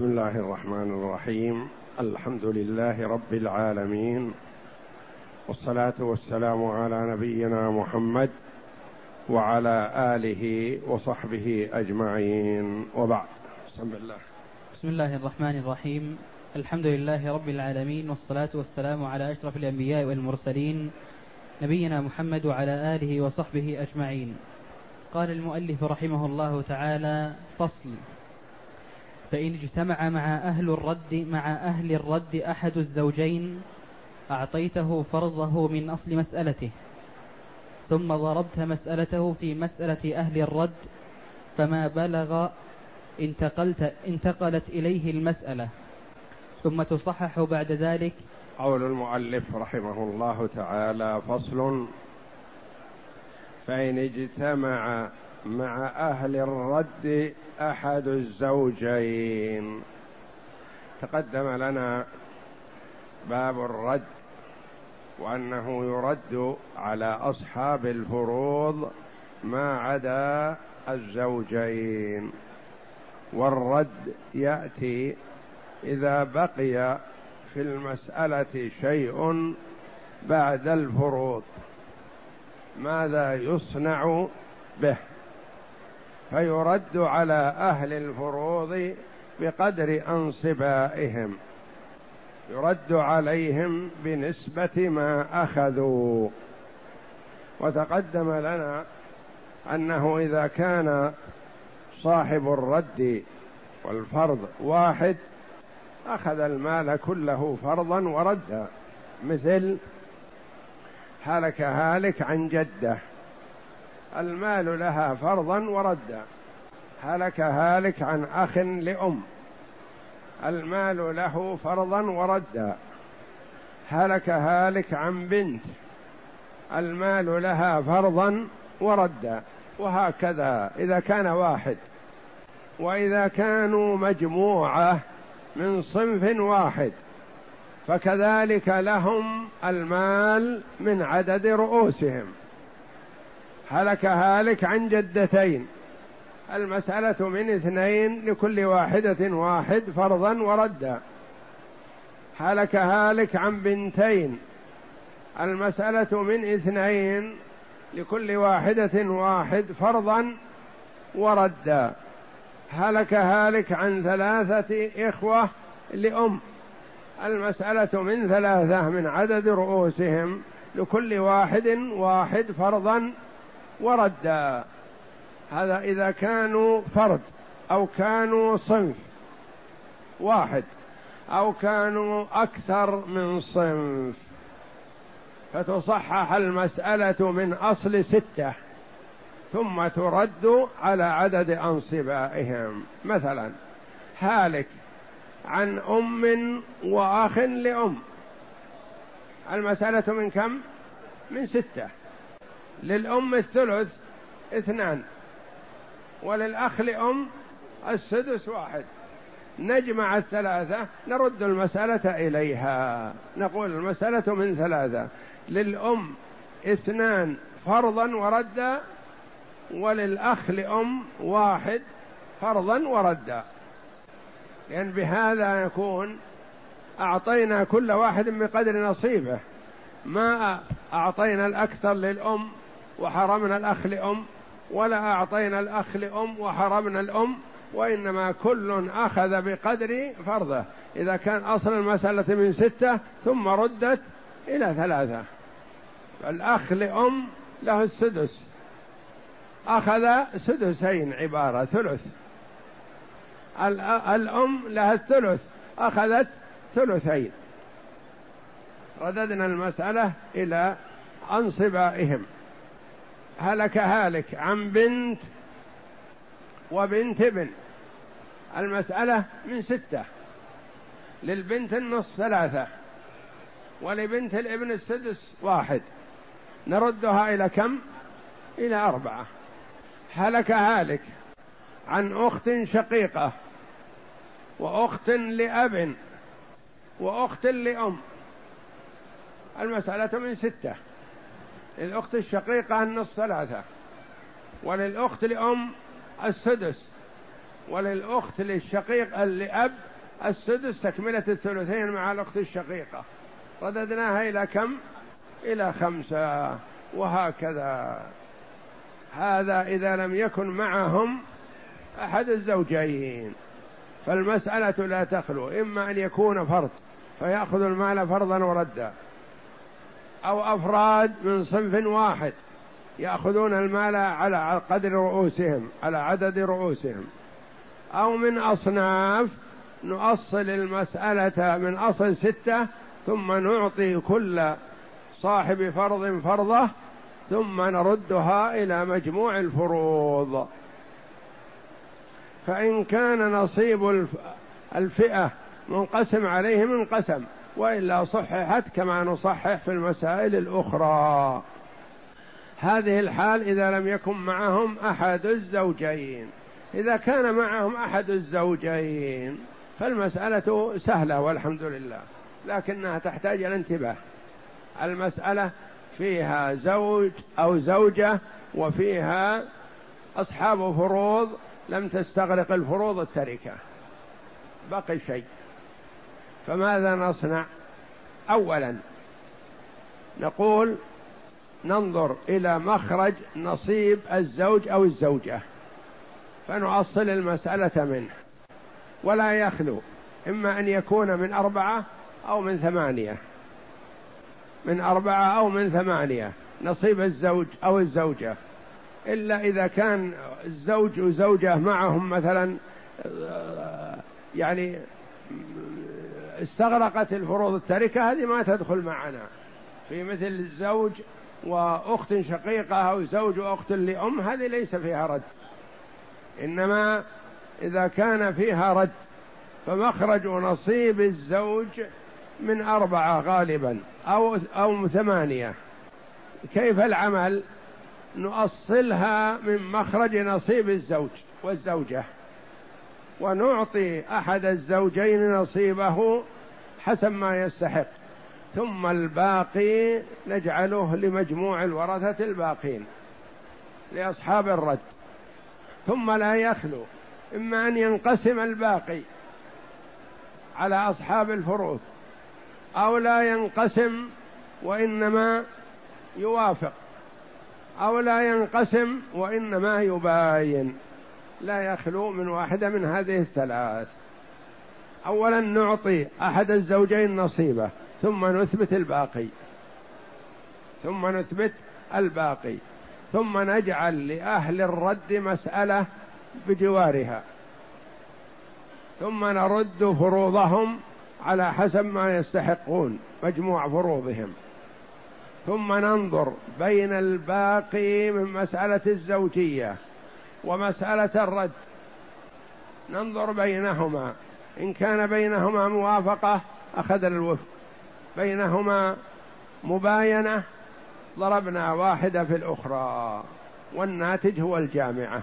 بسم الله الرحمن الرحيم. الحمد لله رب العالمين، والصلاة والسلام على نبينا محمد وعلى آله وصحبه أجمعين، وبعد. بسم الله الرحمن الرحيم. الحمد لله رب العالمين، والصلاة والسلام على أشرف الأنبياء والمرسلين نبينا محمد وعلى آله وصحبه أجمعين. قال المؤلف رحمه الله تعالى: فصل: فإن اجتمع مع أهل الرد أحد الزوجين أعطيته فرضه من أصل مسألته، ثم ضربت مسألته في مسألة أهل الرد، فما بلغ انتقلت إليه المسألة، ثم تصحح بعد ذلك. قول المؤلف رحمه الله تعالى: فصل: فإن اجتمع مع أهل الرد أحد الزوجين. تقدم لنا باب الرد، وأنه يرد على أصحاب الفروض ما عدا الزوجين، والرد يأتي إذا بقي في المسألة شيء بعد الفروض، ماذا يصنع به؟ فيرد على أهل الفروض بقدر أنصبائهم، يرد عليهم بنسبة ما أخذوا. وتقدم لنا أنه إذا كان صاحب الرد والفرض واحد أخذ المال كله فرضا وردا، مثل هلك هالك عن جدة، المال لها فرضا وردا. هلك هالك عن أخ لأم، المال له فرضا وردا. هلك هالك عن بنت، المال لها فرضا وردا. وهكذا إذا كان واحد. وإذا كانوا مجموعة من صنف واحد فكذلك لهم المال من عدد رؤوسهم. هلك هالك عن جدتين، المسألة من 2 لكل واحدة واحد فرضا وردا. هلك هالك عن بنتين، المسألة من 2 لكل واحدة واحد فرضا وردا. هلك هالك عن 3 إخوة لأم، المسألة من 3 من عدد رؤوسهم لكل واحد فرضا وردا. هذا إذا كانوا فرد، أو كانوا صنف واحد، أو كانوا أكثر من صنف، فتصحح المسألة من أصل 6 ثم ترد على عدد أنصبائهم. مثلا هالك عن أم وأخ لأم، المسألة من كم؟ من 6. للأم الثلث 2، وللأخ لأم السدس 1. نجمع 3 نرد المسألة إليها، نقول المسألة من 3، للأم 2 فرضا وردا، وللأخ لأم 1 فرضا وردا. لأن بهذا يكون أعطينا كل واحد بقدر نصيبه، ما أعطينا الأكثر للأم وحرمنا الأخ لأم، ولا أعطينا الأخ لأم وحرمنا الأم، وإنما كل أخذ بقدر فرضه. إذا كان أصل المسألة من 6 ثم ردت إلى 3، الأخ لأم له السدس، أخذ سدسين، عبارة ثلث. الأم لها الثلث، أخذت ثلثين. رددنا المسألة إلى أنصبائهم. هلك هالك عن بنت وبنت ابن، المسألة من 6، للبنت النصف 3، ولبنت الابن السدس 1. نردها إلى كم؟ إلى 4. هلك هالك عن أخت شقيقة وأخت لأب وأخت لأم، المسألة من 6. للأخت الشقيقة النصف 3، وللأخت لأم السدس، وللأخت للشقيق لأب السدس تكملة الثلثين مع الأخت الشقيقة، رددناها إلى كم؟ إلى 5، وهكذا. هذا إذا لم يكن معهم أحد الزوجين، فالمسألة لا تخلو، إما أن يكون فرد فيأخذ المال فرضا وردا، أو أفراد من صنف واحد يأخذون المال على قدر رؤوسهم، على عدد رؤوسهم، أو من أصناف نؤصل المسألة من أصل 6 ثم نعطي كل صاحب فرض فرضه ثم نردها إلى مجموع الفروض. فإن كان نصيب الفئة منقسم عليهم انقسم، وإلا صححت كما نصحح في المسائل الأخرى. هذه الحال إذا لم يكن معهم أحد الزوجين. إذا كان معهم أحد الزوجين فالمسألة سهلة والحمد لله، لكنها تحتاج إلى انتباه. المسألة فيها زوج أو زوجة وفيها أصحاب فروض لم تستغرق الفروض التركة، بقي شيء. فماذا نصنع؟ أولا نقول ننظر إلى مخرج نصيب الزوج أو الزوجة فنؤصل المسألة منه، ولا يخلو إما أن يكون من 4 أو من 8، من 4 أو من 8 نصيب الزوج أو الزوجة، إلا إذا كان الزوج وزوجة معهم مثلا يعني استغرقت الفروض التركة، هذه ما تدخل معنا في مثل الزوج وأخت شقيقة أو زوج وأخت لأم، هذه ليس فيها رد. إنما إذا كان فيها رد فمخرج نصيب الزوج من 4 غالبا أو 8. كيف العمل؟ نؤصلها من مخرج نصيب الزوج والزوجة، ونعطي أحد الزوجين نصيبه حسب ما يستحق، ثم الباقي نجعله لمجموع الورثة الباقين لأصحاب الرد. ثم لا يخلو إما أن ينقسم الباقي على أصحاب الفروض، أو لا ينقسم وإنما يوافق، أو لا ينقسم وإنما يباين. لا يخلو من واحدة من هذه الثلاث. أولا نعطي أحد الزوجين نصيبه ثم نثبت الباقي، ثم نجعل لأهل الرد مسألة بجوارها، ثم نرد فروضهم على حسب ما يستحقون مجموع فروضهم، ثم ننظر بين الباقي من مسألة الزوجية ومسألة الرد، ننظر بينهما، إن كان بينهما موافقة أخذنا الوفق، بينهما مباينة ضربنا واحدة في الأخرى، والناتج هو الجامعة.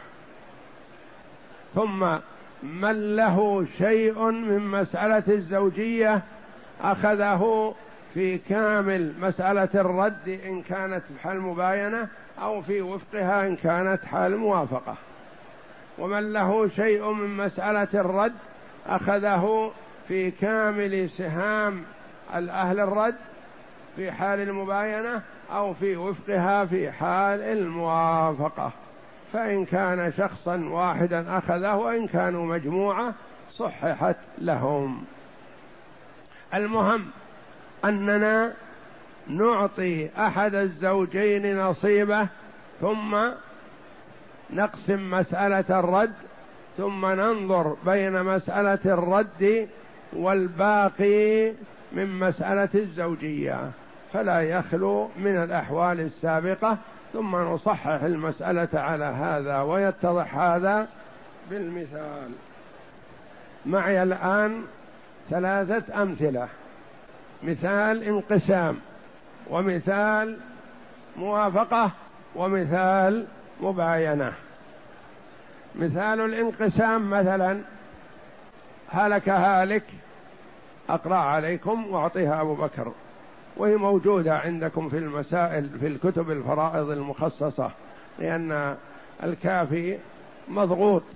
ثم من له شيء من مسألة الزوجية أخذه في كامل مسألة الرد إن كانت حال مباينة، أو في وفقها إن كانت حال موافقة. ومن له شيء من مسألة الرد أخذه في كامل سهام الأهل الرد في حال المباينة، أو في وفقها في حال الموافقة. فإن كان شخصا واحدا أخذه، وإن كانوا مجموعة صححت لهم. المهم أننا نعطي أحد الزوجين نصيبه، ثم نقسم مسألة الرد، ثم ننظر بين مسألة الرد والباقي من مسألة الزوجية، فلا يخلو من الأحوال السابقة، ثم نصحح المسألة على هذا، ويتضح هذا بالمثال. معي الآن 3 أمثلة: مثال انقسام، ومثال موافقة، ومثال مباينة. مثال الانقسام مثلا: هلك هالك، أقرأ عليكم وأعطيها أبو بكر، وهي موجودة عندكم في المسائل في الكتب الفرائض المخصصة، لأن الكافي مضغوط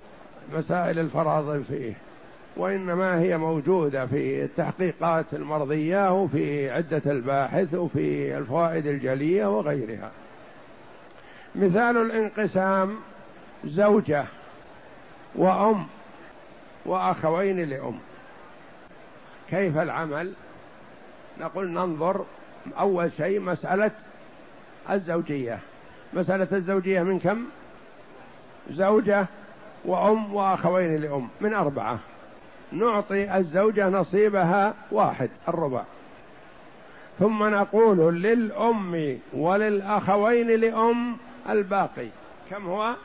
مسائل الفرائض فيه، وإنما هي موجودة في التحقيقات المرضية وفي عدة الباحث وفي الفوائد الجلية وغيرها. مثال الانقسام: زوجة وأم وأخوين لأم. كيف العمل؟ نقول ننظر أول شيء مسألة الزوجية. مسألة الزوجية من كم؟ زوجة وأم وأخوين لأم، من 4. نعطي الزوجة نصيبها 1 الربع، ثم نقول للأم وللأخوين لأم الباقي. كم هو؟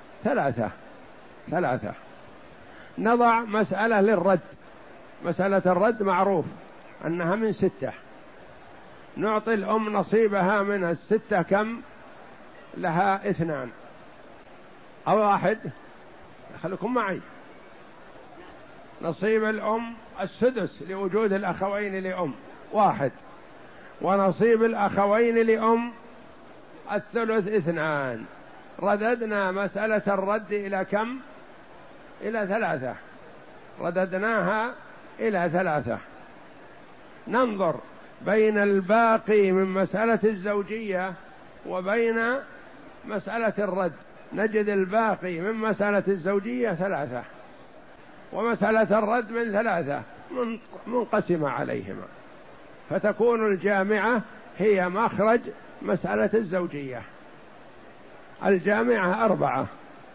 3. نضع مسألة للرد. مسألة الرد معروف أنها من 6. نعطي الأم نصيبها من 6 كم؟ لها 2 أو 1. خليكم معي. نصيب الأم 1/6 لوجود الأخوين لأم 1، ونصيب الأخوين لأم 1/3 2. رددنا مسألة الرد إلى كم؟ إلى 3. رددناها إلى 3. ننظر بين الباقي من مسألة الزوجية وبين مسألة الرد، نجد الباقي من مسألة الزوجية 3، ومسألة الرد من 3 منقسمة عليهما، فتكون الجامعة هي مخرج مسألة الزوجية. الجامعة 4: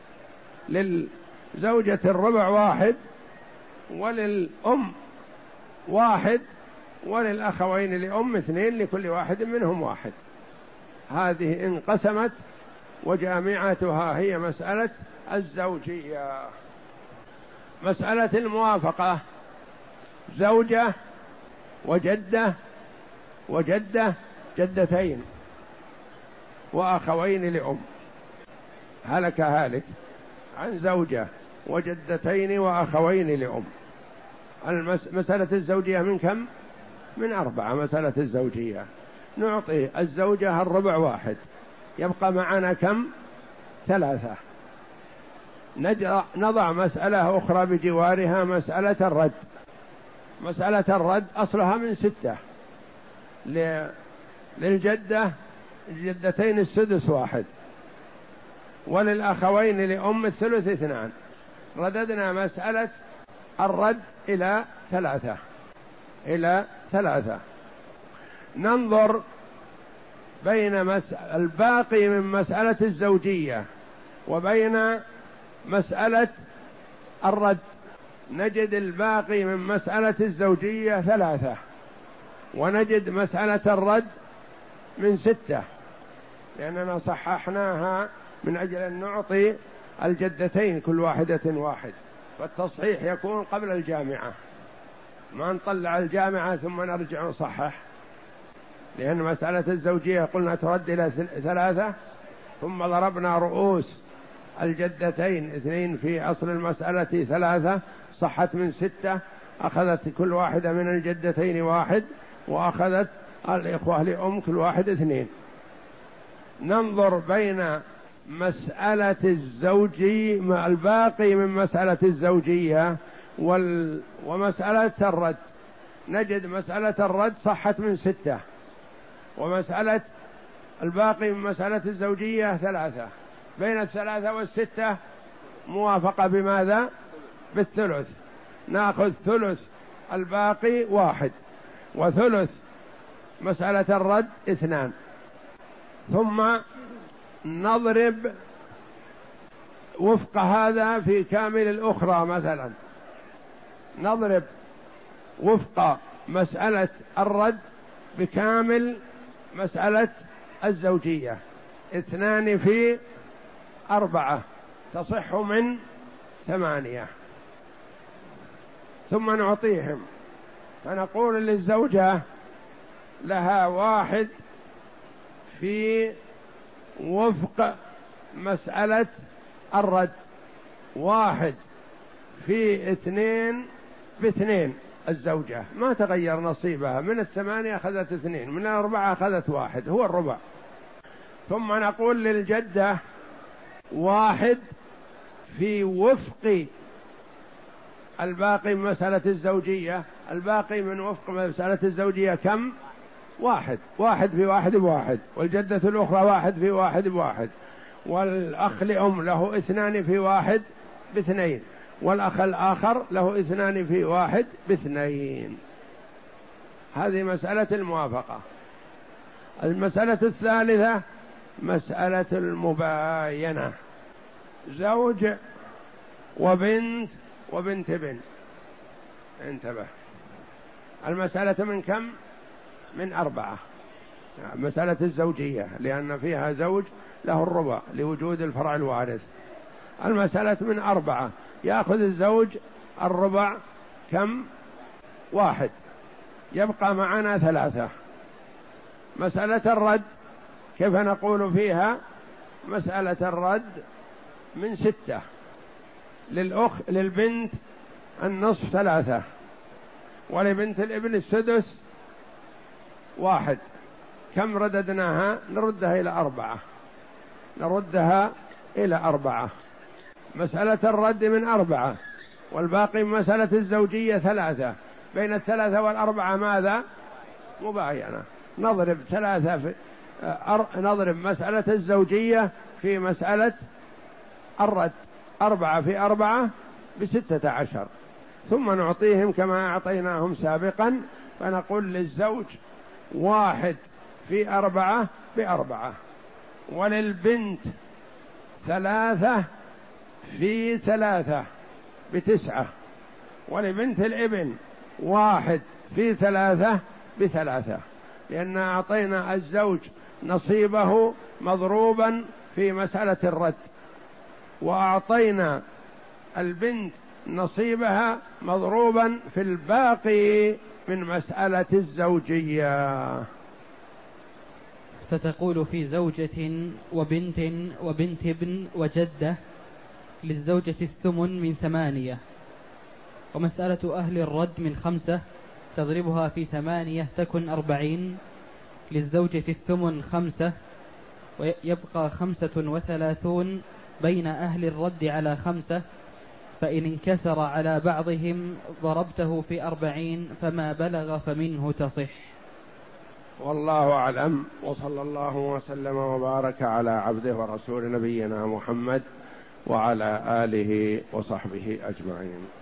للزوجة الربع 1، وللأم 1، وللأخوين لأم 2، لكل واحد منهم 1. هذه انقسمت، وجامعتها هي مسألة الزوجية. مسألة الموافقة: زوجة وجدة وجدة، جدتين وأخوين لأم. هلك هالك عن زوجة وجدتين وأخوين لأم. مسألة الزوجية من كم؟ من 4. مسألة الزوجية نعطي الزوجة الربع 1، يبقى معنا كم؟ 3. نضع مسألة أخرى بجوارها، مسألة الرد. مسألة الرد أصلها من 6. للجدة الجدتين 1/6 1، وللأخوين لأم 1/3 2. رددنا مسألة الرد إلى 3. ننظر بين الباقي من مسألة الزوجية وبين مسألة الرد، نجد الباقي من مسألة الزوجية 3، ونجد مسألة الرد من 6، لأننا صححناها من أجل أن نعطي الجدتين كل واحدة 1، والتصحيح يكون قبل الجامعة، ما نطلع الجامعة ثم نرجع نصحح، لأن مسألة الزوجية قلنا ترد إلى 3، ثم ضربنا رؤوس الجدتين 2 في أصل المسألة 3، صحت من 6، أخذت كل واحدة من الجدتين 1، وأخذت الإخوة لأم كل واحد 2. ننظر بين مسألة الزوجي مع الباقي من مسألة الزوجية ومسألة الرد، نجد مسألة الرد صحت من 6، ومسألة الباقي من مسألة الزوجية 3. بين 3 و6 موافقة بماذا؟ بالثلث. نأخذ ثلث الباقي 1، وثلث مسألة الرد 2. ثم نضرب وفق هذا في كامل الأخرى. مثلا نضرب وفق مسألة الرد بكامل مسألة الزوجية، 2 في 4 تصح من 8. ثم نعطيهم، فنقول للزوجة لها 1 في وفق مسألة الرد، 1 في 2 ب2. الزوجة ما تغير نصيبها، من 8 أخذت 2، من 4 أخذت 1، هو الربع. ثم نقول للجدة 1 في وفق الباقي من مسألة الزوجية. الباقي من وفق مسألة الزوجية كم؟ واحد. واحد في واحد بواحد، والجدة الأخرى واحد في واحد بواحد، والأخ لأم له اثنان في واحد باثنين، والأخ الآخر له اثنان في واحد باثنين. هذه مسألة الموافقة. المسألة الثالثة مسألة المباينة، زوج وبنت وبنت ابن. انتبه، المسألة من كم؟ من 4. مسألة الزوجية لأن فيها زوج له الربع لوجود الفرع الوارث. المسألة من 4، يأخذ الزوج الربع كم؟ 1، يبقى معنا 3. مسألة الرد كيف نقول فيها؟ مسألة الرد من 6، للبنت النصف 3، ولبنت الابن السدس 1. كم رددناها؟ نردها إلى 4. نردها إلى 4. مسألة الرد من 4، والباقي مسألة الزوجية 3. بين 3 والأربعة ماذا؟ مباينة. نضرب 3 في نضرب مسألة الزوجية في مسألة الرد. 4 في 4 ب16، ثم نعطيهم كما أعطيناهم سابقا، فنقول للزوج 1 في 4 ب4، وللبنت 3 في 3 ب9، ولبنت الابن 1 في 3 ب3، لأن أعطينا الزوج نصيبه مضروبا في مسألة الرد، وأعطينا البنت نصيبها مضروبا في الباقي من مسألة الزوجية. فتقول في زوجة وبنت وبنت ابن وجدة للزوجة الثمن من 8، ومسألة أهل الرد من 5 تضربها في 8 تكن 40، للزوجة الثمن 5، ويبقى 35 بين أهل الرد على 5، فإن انكسر على بعضهم ضربته في 40، فما بلغ فمنه تصح. والله أعلم، وصلى الله وسلم وبارك على عبده ورسول نبينا محمد وعلى آله وصحبه أجمعين.